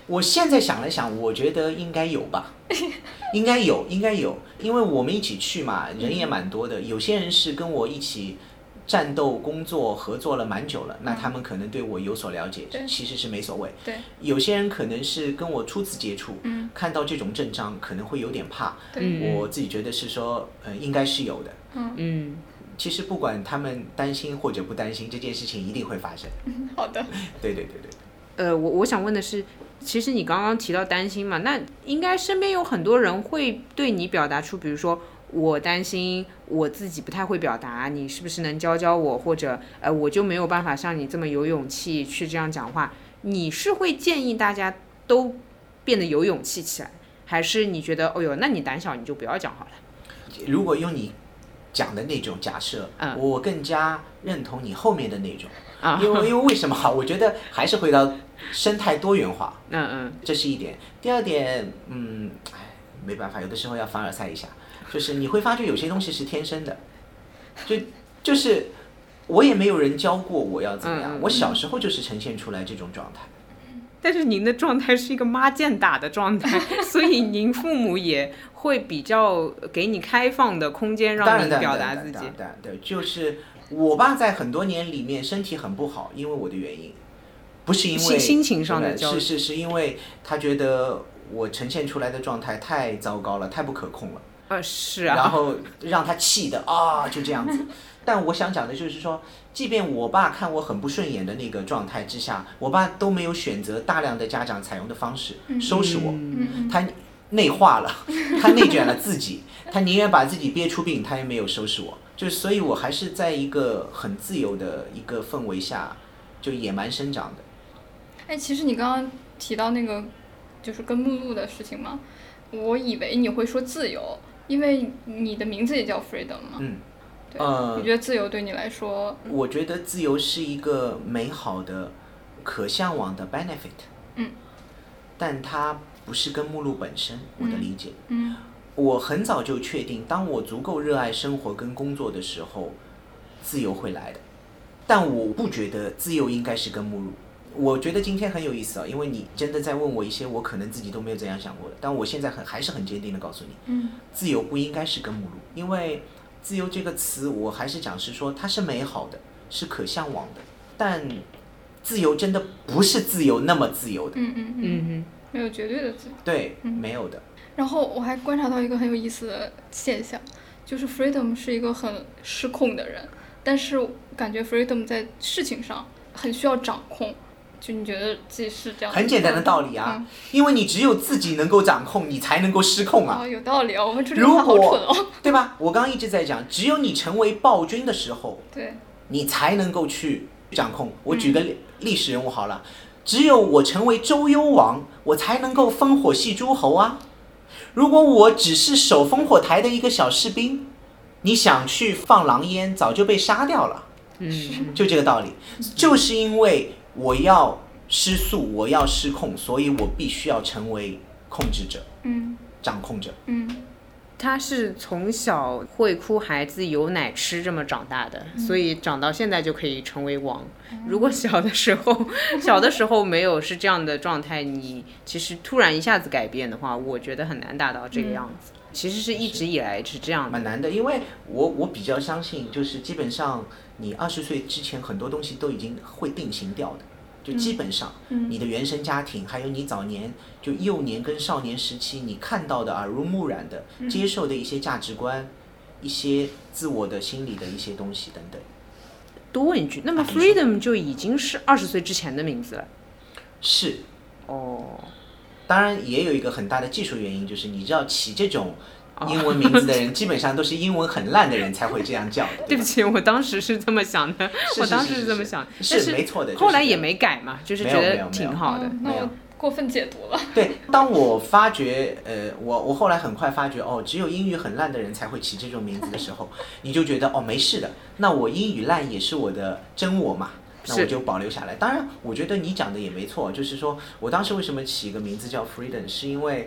我现在想了想，我觉得应该有吧，应该有，应该有，因为我们一起去嘛，人也蛮多的。有些人是跟我一起战斗、工作、合作了蛮久了，那他们可能对我有所了解，其实是没所谓。 对， 有些人可能是跟我初次接触， 嗯， 看到这种阵仗可能会有点怕。 对， 我自己觉得是说，呃，应该是有的。 嗯嗯。 其实不管他们担心或者不担心，这件事情一定会发生。 嗯，好的。 对对对对。 呃，我我想问的是，其实你刚刚提到担心嘛，那应该身边有很多人会对你表达出，比如说我担心我自己不太会表达，你是不是能教教我，或者呃我就没有办法像你这么有勇气去这样讲话。你是会建议大家都变得有勇气起来，还是你觉得哦哟，那你胆小你就不要讲好了？ 如果用你讲的那种假设，嗯，我更加认同你后面的那种，啊，因为因为为什么？我觉得还是回到生态多元化， 嗯嗯， 这是一点。第二点，嗯，哎，没办法，有的时候要凡尔赛一下，就是你会发觉有些东西是天生的，就就是我也没有人教过我要怎么样，嗯嗯嗯，我小时候就是呈现出来这种状态。 但是您的状态是一个妈见打的状态，所以您父母也会比较给你开放的空间，让你表达自己。 对，就是我爸在很多年里面身体很不好，因为我的原因，不是因为心情上的焦虑， 是是是因为他觉得我呈现出来的状态太糟糕了，太不可控了。 呃，是啊。 然后让他气的啊，就这样子。但我想讲的就是说，即便我爸看我很不顺眼的那个状态之下，我爸都没有选择大量的家长采用的方式收拾我， 嗯、 他内化了，他内卷了自己，他宁愿把自己憋出病，他也没有收拾我。就是所以我还是在一个很自由的一个氛围下，就野蛮生长的。 哎，其实你刚刚提到那个就是跟目录的事情嘛，我以为你会说自由，因为你的名字也叫 Freedom 嘛。 嗯。 对，呃，你觉得自由对你来说？ 我觉得自由是一个美好的、可向往的 benefit。 嗯。 但它不是跟目录本身，我的理解。 嗯。 我很早就确定，当我足够热爱生活跟工作的时候，自由会来的。但我不觉得自由应该是跟目录。我觉得今天很有意思啊，因为你真的在问我一些我可能自己都没有这样想过的，但我现在很还是很坚定的告诉你， 嗯， 自由不应该是跟目录，因为自由这个词，我还是讲是说它是美好的，是可向往的，但自由真的不是自由那么自由的。 嗯嗯嗯嗯，没有绝对的自由。 对， 嗯， 没有的。 然后我还观察到一个很有意思的现象，就是 Freedom 是一个很失控的人，但是感觉 Freedom 在事情上很需要掌控。就你觉得自己是这样？ 很简单的道理啊，嗯、因为你只有自己能够掌控，你才能够失控啊。 哦，有道理啊，我们这句话好蠢哦， 对吧？我刚刚一直在讲，只有你成为暴君的时候， 对， 你才能够去掌控。我举个历史人物好了，嗯、只有我成为周幽王，我才能够烽火戏诸侯啊。如果我只是守烽火台的一个小士兵，你想去放狼烟，早就被杀掉了。 嗯， 就这个道理，就是因为我要失速，我要失控，所以我必须要成为控制者， 嗯， 掌控者。 嗯， 他是从小会哭孩子有奶吃这么长大的， 嗯、 所以长到现在就可以成为王。嗯、如果小的时候，小的时候没有是这样的状态，你其实突然一下子改变的话，我觉得很难达到这个样子。嗯、其实是一直以来是这样的， 蛮难的，因为我我比较相信，就是基本上你二十岁之前很多东西都已经会定型掉的。就基本上，你的原生家庭，还有你早年就幼年跟少年时期，你看到的耳濡目染的、接受的一些价值观、一些自我的心理的一些东西等等。 多问一句，那么 Freedom 就已经是二十岁之前的名字了？ 是。 哦。 当然也有一个很大的技术原因，就是你知道起这种英文名字的人，基本上都是英文很烂的人才会这样叫的。 对不起，我当时是这么想的，我当时是这么想， 是是没错的。 后来也没改嘛，就是觉得挺好的。 那我过分解读了。 对，当我发觉，呃，我我后来很快发觉，哦，只有英语很烂的人才会起这种名字的时候，你就觉得哦，没事的，那我英语烂也是我的真我嘛。那我就保留下来。当然，我觉得你讲的也没错，就是说我当时为什么起一个名字叫 Freedom， 是因为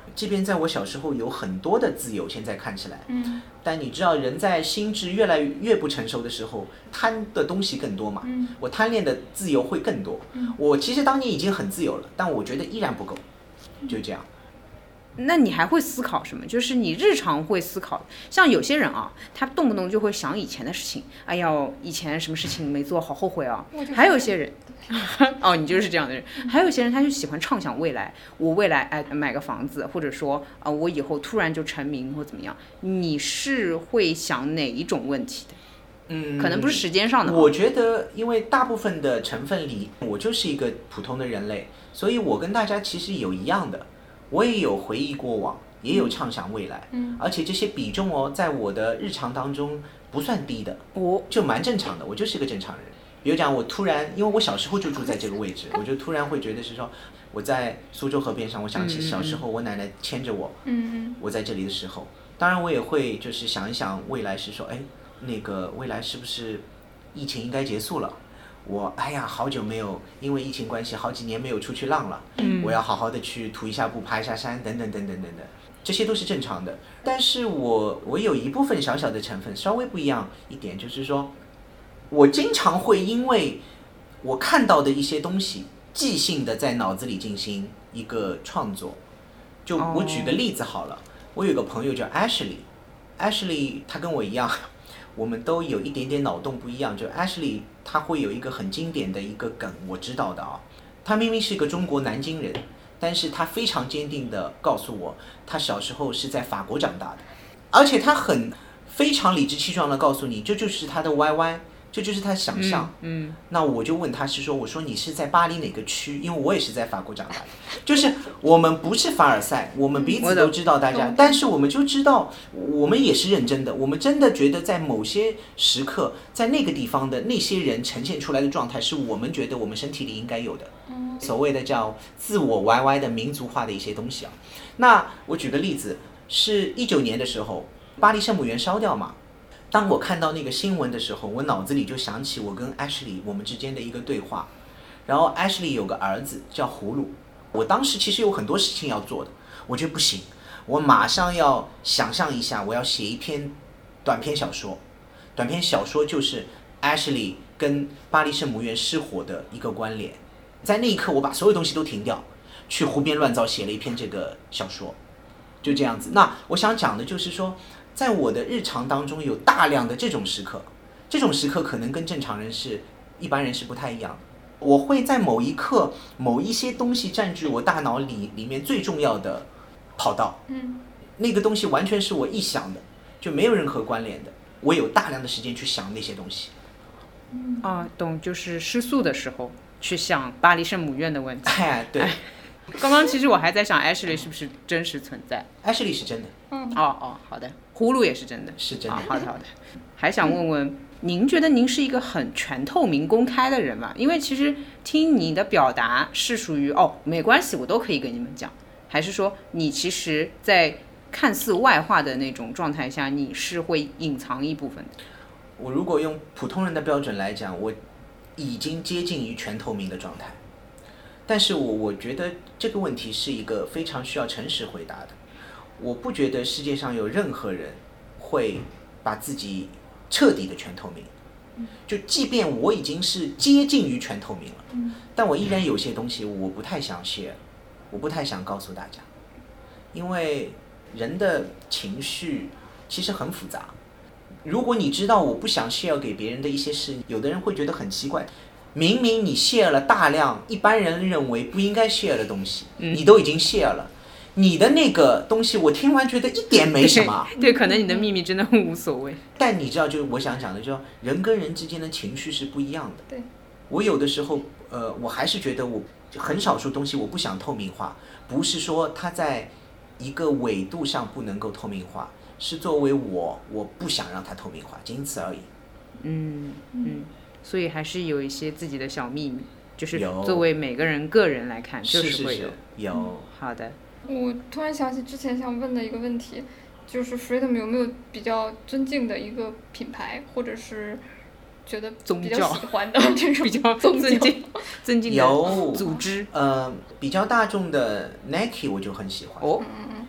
即便在我小时候有很多的自由，现在看起来， 嗯， 但你知道人在心智越来越不成熟的时候，贪的东西更多嘛， 嗯， 我贪恋的自由会更多， 嗯， 我其实当年已经很自由了，但我觉得依然不够，就这样。 那你还会思考什么？就是你日常会思考，像有些人啊，他动不动就会想以前的事情，哎呀，以前什么事情没做，好后悔啊。还有一些人，哦，你就是这样的人。还有一些人，他就喜欢畅想未来，我未来哎买个房子，或者说啊、呃，我以后突然就成名或怎么样。你是会想哪一种问题的？ 嗯， 可能不是时间上的。 我觉得，因为大部分的成分里，我就是一个普通的人类，所以我跟大家其实有一样的。我也有回忆过往，也有畅想未来， 嗯， 而且这些比重哦，在我的日常当中不算低的， 哦， 就蛮正常的，我就是个正常人。比如讲，我突然，因为我小时候就住在这个位置，我就突然会觉得是说，我在苏州河边上，我想起小时候我奶奶牵着我， 嗯， 我在这里的时候，当然我也会就是想一想未来是说，哎，那个未来是不是疫情应该结束了？我哎呀，好久没有因为疫情关系，好几年没有出去浪了。嗯，我要好好的去徒一下步、爬一下山，等等等等等等，这些都是正常的。但是我我有一部分小小的成分稍微不一样一点，就是说，我经常会因为我看到的一些东西，即兴的在脑子里进行一个创作。就我举个例子好了，我有个朋友叫 Ashley，Ashley 他跟我一样。我们都有一点点脑洞不一样，就 Ashley 他会有一个很经典的一个梗，我知道的啊。他明明是一个中国南京人，但是他非常坚定的告诉我，他小时候是在法国长大的，而且他很非常理直气壮的告诉你，这就是他的 Y Y， 这就是他想象。 嗯，嗯那我就问他是说，我说你是在巴黎哪个区？因为我也是在法国长大的，就是我们不是凡尔赛，我们彼此都知道大家，但是我们就知道我们也是认真的，我们真的觉得在某些时刻，在那个地方的那些人呈现出来的状态，是我们觉得我们身体里应该有的，所谓的叫自我 Y Y 的民族化的一些东西啊。那我举个例子，是一九年的时候，巴黎圣母院烧掉嘛。当我看到那个新闻的时候，我脑子里就想起我跟 Ashley 我们之间的一个对话。然后 Ashley 有个儿子叫葫芦，我当时其实有很多事情要做的，我觉得不行，我马上要想象一下，我要写一篇短篇小说。短篇小说就是 Ashley 跟巴黎圣母院失火的一个关联。在那一刻，我把所有东西都停掉，去胡编乱造写了一篇这个小说，就这样子。那我想讲的就是说，在我的日常当中有大量的这种时刻，这种时刻可能跟正常人是一般人是不太一样的。我会在某一刻某一些东西占据我大脑里里面最重要的跑道， 嗯， 那个东西完全是我臆想的，就没有任何关联的，我有大量的时间去想那些东西。 嗯，啊，懂，就是失速的时候去想巴黎圣母院的问题。 哎，对。 哎，刚刚其实我还在想 Ashley 是不是真实存在。 Ashley 是真的。 嗯。 哦哦，好的。葫芦也是真的。 是真的。 哦、好的好的。还想问问，您觉得您是一个很全透明、公开的人吗？因为其实听你的表达是属于哦，没关系，我都可以跟你们讲，还是说你其实，在看似外化的那种状态下，你是会隐藏一部分的？ 我如果用普通人的标准来讲，我已经接近于全透明的状态，但是我我觉得这个问题是一个非常需要诚实回答的。我不觉得世界上有任何人会把自己彻底的全透明，就即便我已经是接近于全透明了，但我依然有些东西我不太想 share， 我不太想告诉大家，因为人的情绪其实很复杂。如果你知道我不想 share 给别人的一些事，有的人会觉得很奇怪，明明你 share 了大量一般人认为不应该 share 的东西，你都已经 share 了，你的那个东西我听完觉得一点没什么。 对，对，可能你的秘密真的无所谓。 但你知道，就是我想讲的，就人跟人之间的情绪是不一样的。 对， 我有的时候，呃，我还是觉得我很少数东西我不想透明化，不是说它在一个纬度上不能够透明化，是作为我，我不想让它透明化，仅此而已。 嗯嗯，所以还是有一些自己的小秘密，就是有作为每个人个人来看，就是是是会有。 有、 嗯。好的。 我突然想起之前想问的一个问题，就是 Freedom 有没有比较尊敬的一个品牌，或者是觉得比较喜欢的这种比较尊敬尊敬的组织？ 呃，比较大众的 Nike 我就很喜欢。 哦，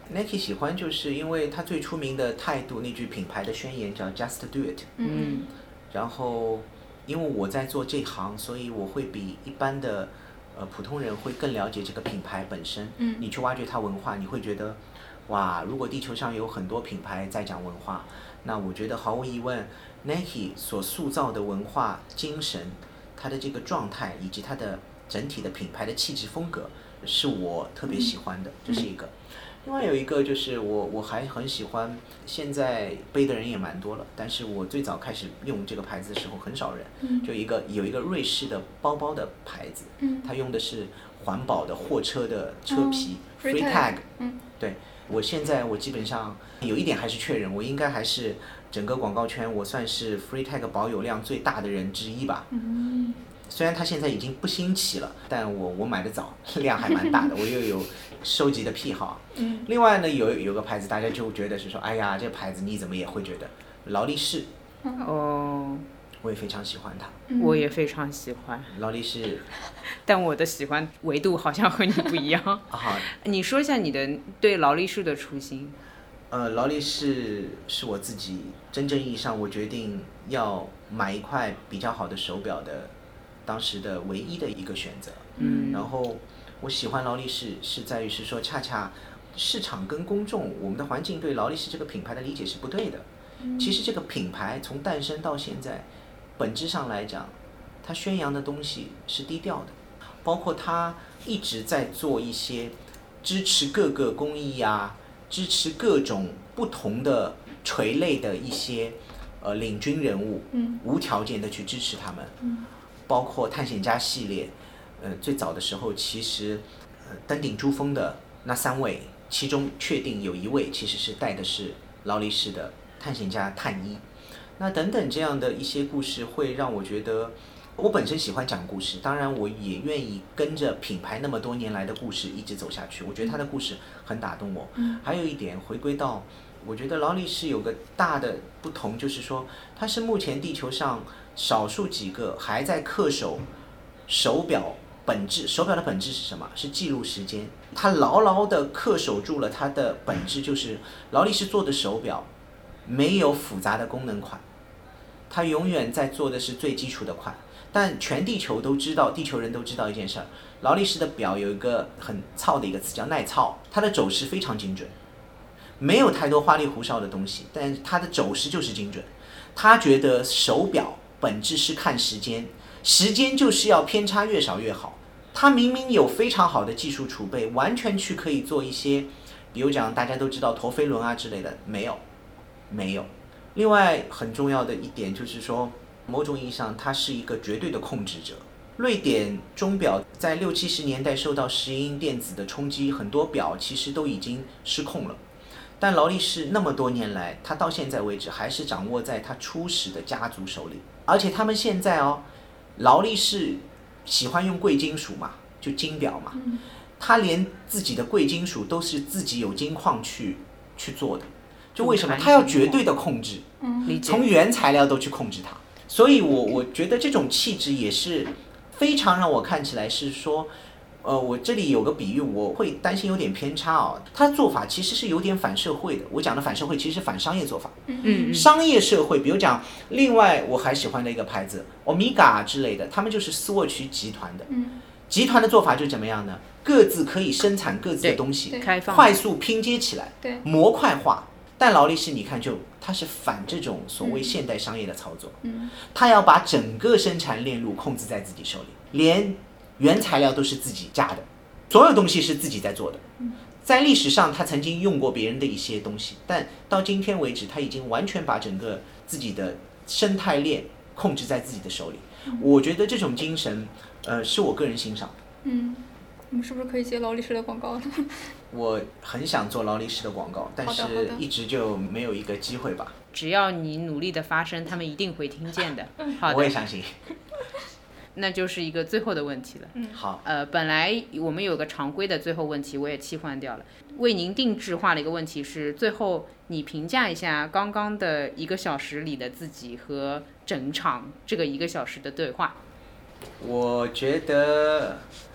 Nike 喜欢就是因为他最出名的态度，那句品牌的宣言叫 Just Do It。 嗯， 然后因为我在做这行，所以我会比一般的呃普通人会更了解这个品牌本身。 嗯， 你去挖掘它文化，你会觉得哇，如果地球上有很多品牌在讲文化，那我觉得毫无疑问 Nike 所塑造的文化精神，它的这个状态以及它的整体的品牌的气质风格是我特别喜欢的，这是一个。另外有一个就是我我还很喜欢，现在背的人也蛮多了，但是我最早开始用这个牌子的时候很少人，就一个有一个瑞士的包包的牌子，它用的是环保的货车的车皮、 哦、 Free Tag， 嗯， 对，我现在我基本上有一点还是确认，我应该还是整个广告圈我算是 Free Tag 保有量最大的人之一吧。 嗯， 虽然它现在已经不兴起了，但我我买的早，量还蛮大的，我又有收集的癖好。 嗯， 另外呢，有有个牌子大家就觉得是说，哎呀，这个牌子你怎么也会觉得劳力士。 哦， 我也非常喜欢它。 我也非常喜欢劳力士， 但我的喜欢维度好像和你不一样。 啊， 你说一下你的对劳力士的初心。 呃，劳力士是我自己真正意义上我决定要买一块比较好的手表的当时的唯一的一个选择。 嗯， 然后我喜欢劳力士是在于是说，恰恰市场跟公众我们的环境对劳力士这个品牌的理解是不对的。其实这个品牌从诞生到现在，本质上来讲，它宣扬的东西是低调的，包括它一直在做一些支持各个公益啊，支持各种不同的垂类的一些呃领军人物， 嗯， 无条件的去支持他们， 嗯， 包括探险家系列，呃，最早的时候其实呃登顶珠峰的那三位，其中确定有一位其实是带的是劳力士的探险家探一，那等等这样的一些故事会让我觉得，我本身喜欢讲故事，当然我也愿意跟着品牌那么多年来的故事一直走下去，我觉得它的故事很打动我。 嗯， 还有一点回归到，我觉得劳力士有个大的不同，就是说它是目前地球上少数几个还在恪守手表本质，手表的本质是什么？是记录时间。它牢牢地恪守住了它的本质，就是劳力士做的手表没有复杂的功能款，它永远在做的是最基础的款。但全地球都知道，地球人都知道一件事儿，劳力士的表有一个很糙的一个词叫耐操，它的走时非常精准，没有太多花里胡哨的东西，但是它的走时就是精准。他觉得手表本质是看时间，时间就是要偏差越少越好。他明明有非常好的技术储备，完全去可以做一些，比如讲大家都知道陀飞轮啊之类的，没有，没有。另外很重要的一点就是说，某种意义上他是一个绝对的控制者。瑞典钟表在六七十年代受到石英电子的冲击，很多表其实都已经失控了。但劳力士那么多年来，他到现在为止还是掌握在他初始的家族手里，而且他们现在哦，劳力士喜欢用贵金属嘛，就金表嘛，他连自己的贵金属都是自己有金矿去去做的，就为什么他要绝对的控制，从原材料都去控制它，所以我我觉得这种气质也是非常让我看起来是说。呃，我这里有个比喻，我会担心有点偏差哦。他的做法其实是有点反社会的。我讲的反社会其实是反商业做法。 嗯， 商业社会，比如讲，另外我还喜欢的一个牌子 Omega 之类的，他们就是 Swatch 集团的。 嗯， 集团的做法就怎么样呢？各自可以生产各自的东西， 开放， 快速拼接起来， 对， 模块化。但劳力士你看就，它是反这种所谓现代商业的操作。 嗯， 它要把整个生产链路控制在自己手里，连原材料都是自己加的，所有东西是自己在做的。在历史上他曾经用过别人的一些东西，但到今天为止他已经完全把整个自己的生态链控制在自己的手里。我觉得这种精神呃，是我个人欣赏。 嗯，我们是不是可以接劳力士的广告了？ 我很想做劳力士的广告，但是一直就没有一个机会吧。 只要你努力的发声，他们一定会听见的。好的， 我也相信。 那就是一个最后的问题了。 嗯， 好。 呃，本来我们有个常规的最后问题，我也替换掉了。为您定制化的一个问题是，最后你评价一下刚刚的一个小时里的自己和整场这个一个小时的对话。 我觉得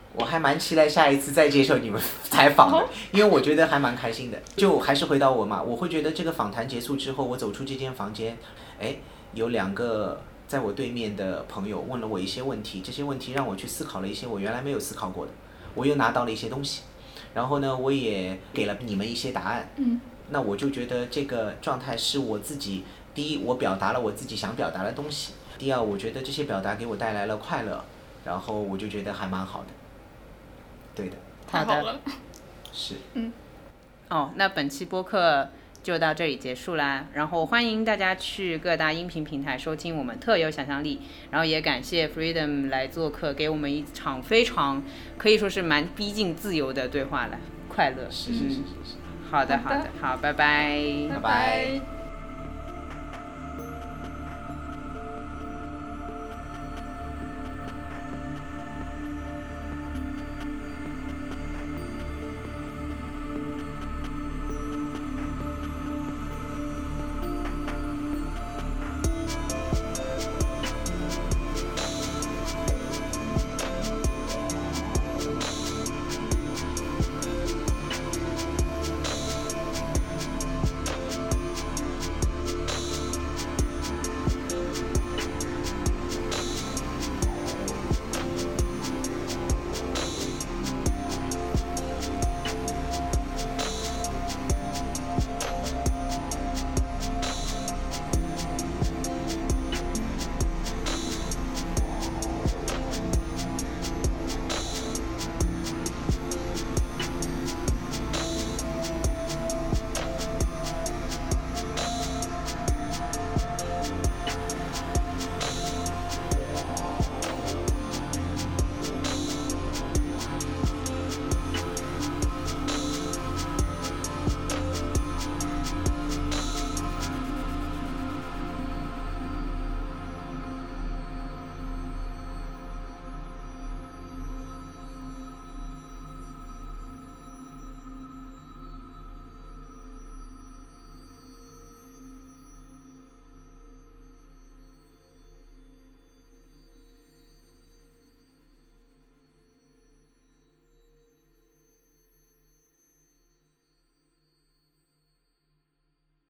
我还蛮期待下一次再接受你们采访的，因为我觉得还蛮开心的。就还是回到我嘛，我会觉得这个访谈结束之后，我走出这间房间，哎，有两个在我对面的朋友问了我一些问题，这些问题让我去思考了一些我原来没有思考过的，我又拿到了一些东西，然后呢，我也给了你们一些答案。 嗯， 那我就觉得这个状态是我自己，第一，我表达了我自己想表达的东西；第二，我觉得这些表达给我带来了快乐，然后我就觉得还蛮好的。对的， 太好了， 是， 嗯， 哦，那本期播客就到这里结束啦。然后欢迎大家去各大音频平台收听我们特有想象力，然后也感谢 Freedom 来做客，给我们一场非常可以说是蛮逼近自由的对话了，快乐。 是是是是是。 好的好的好，拜拜， 拜拜。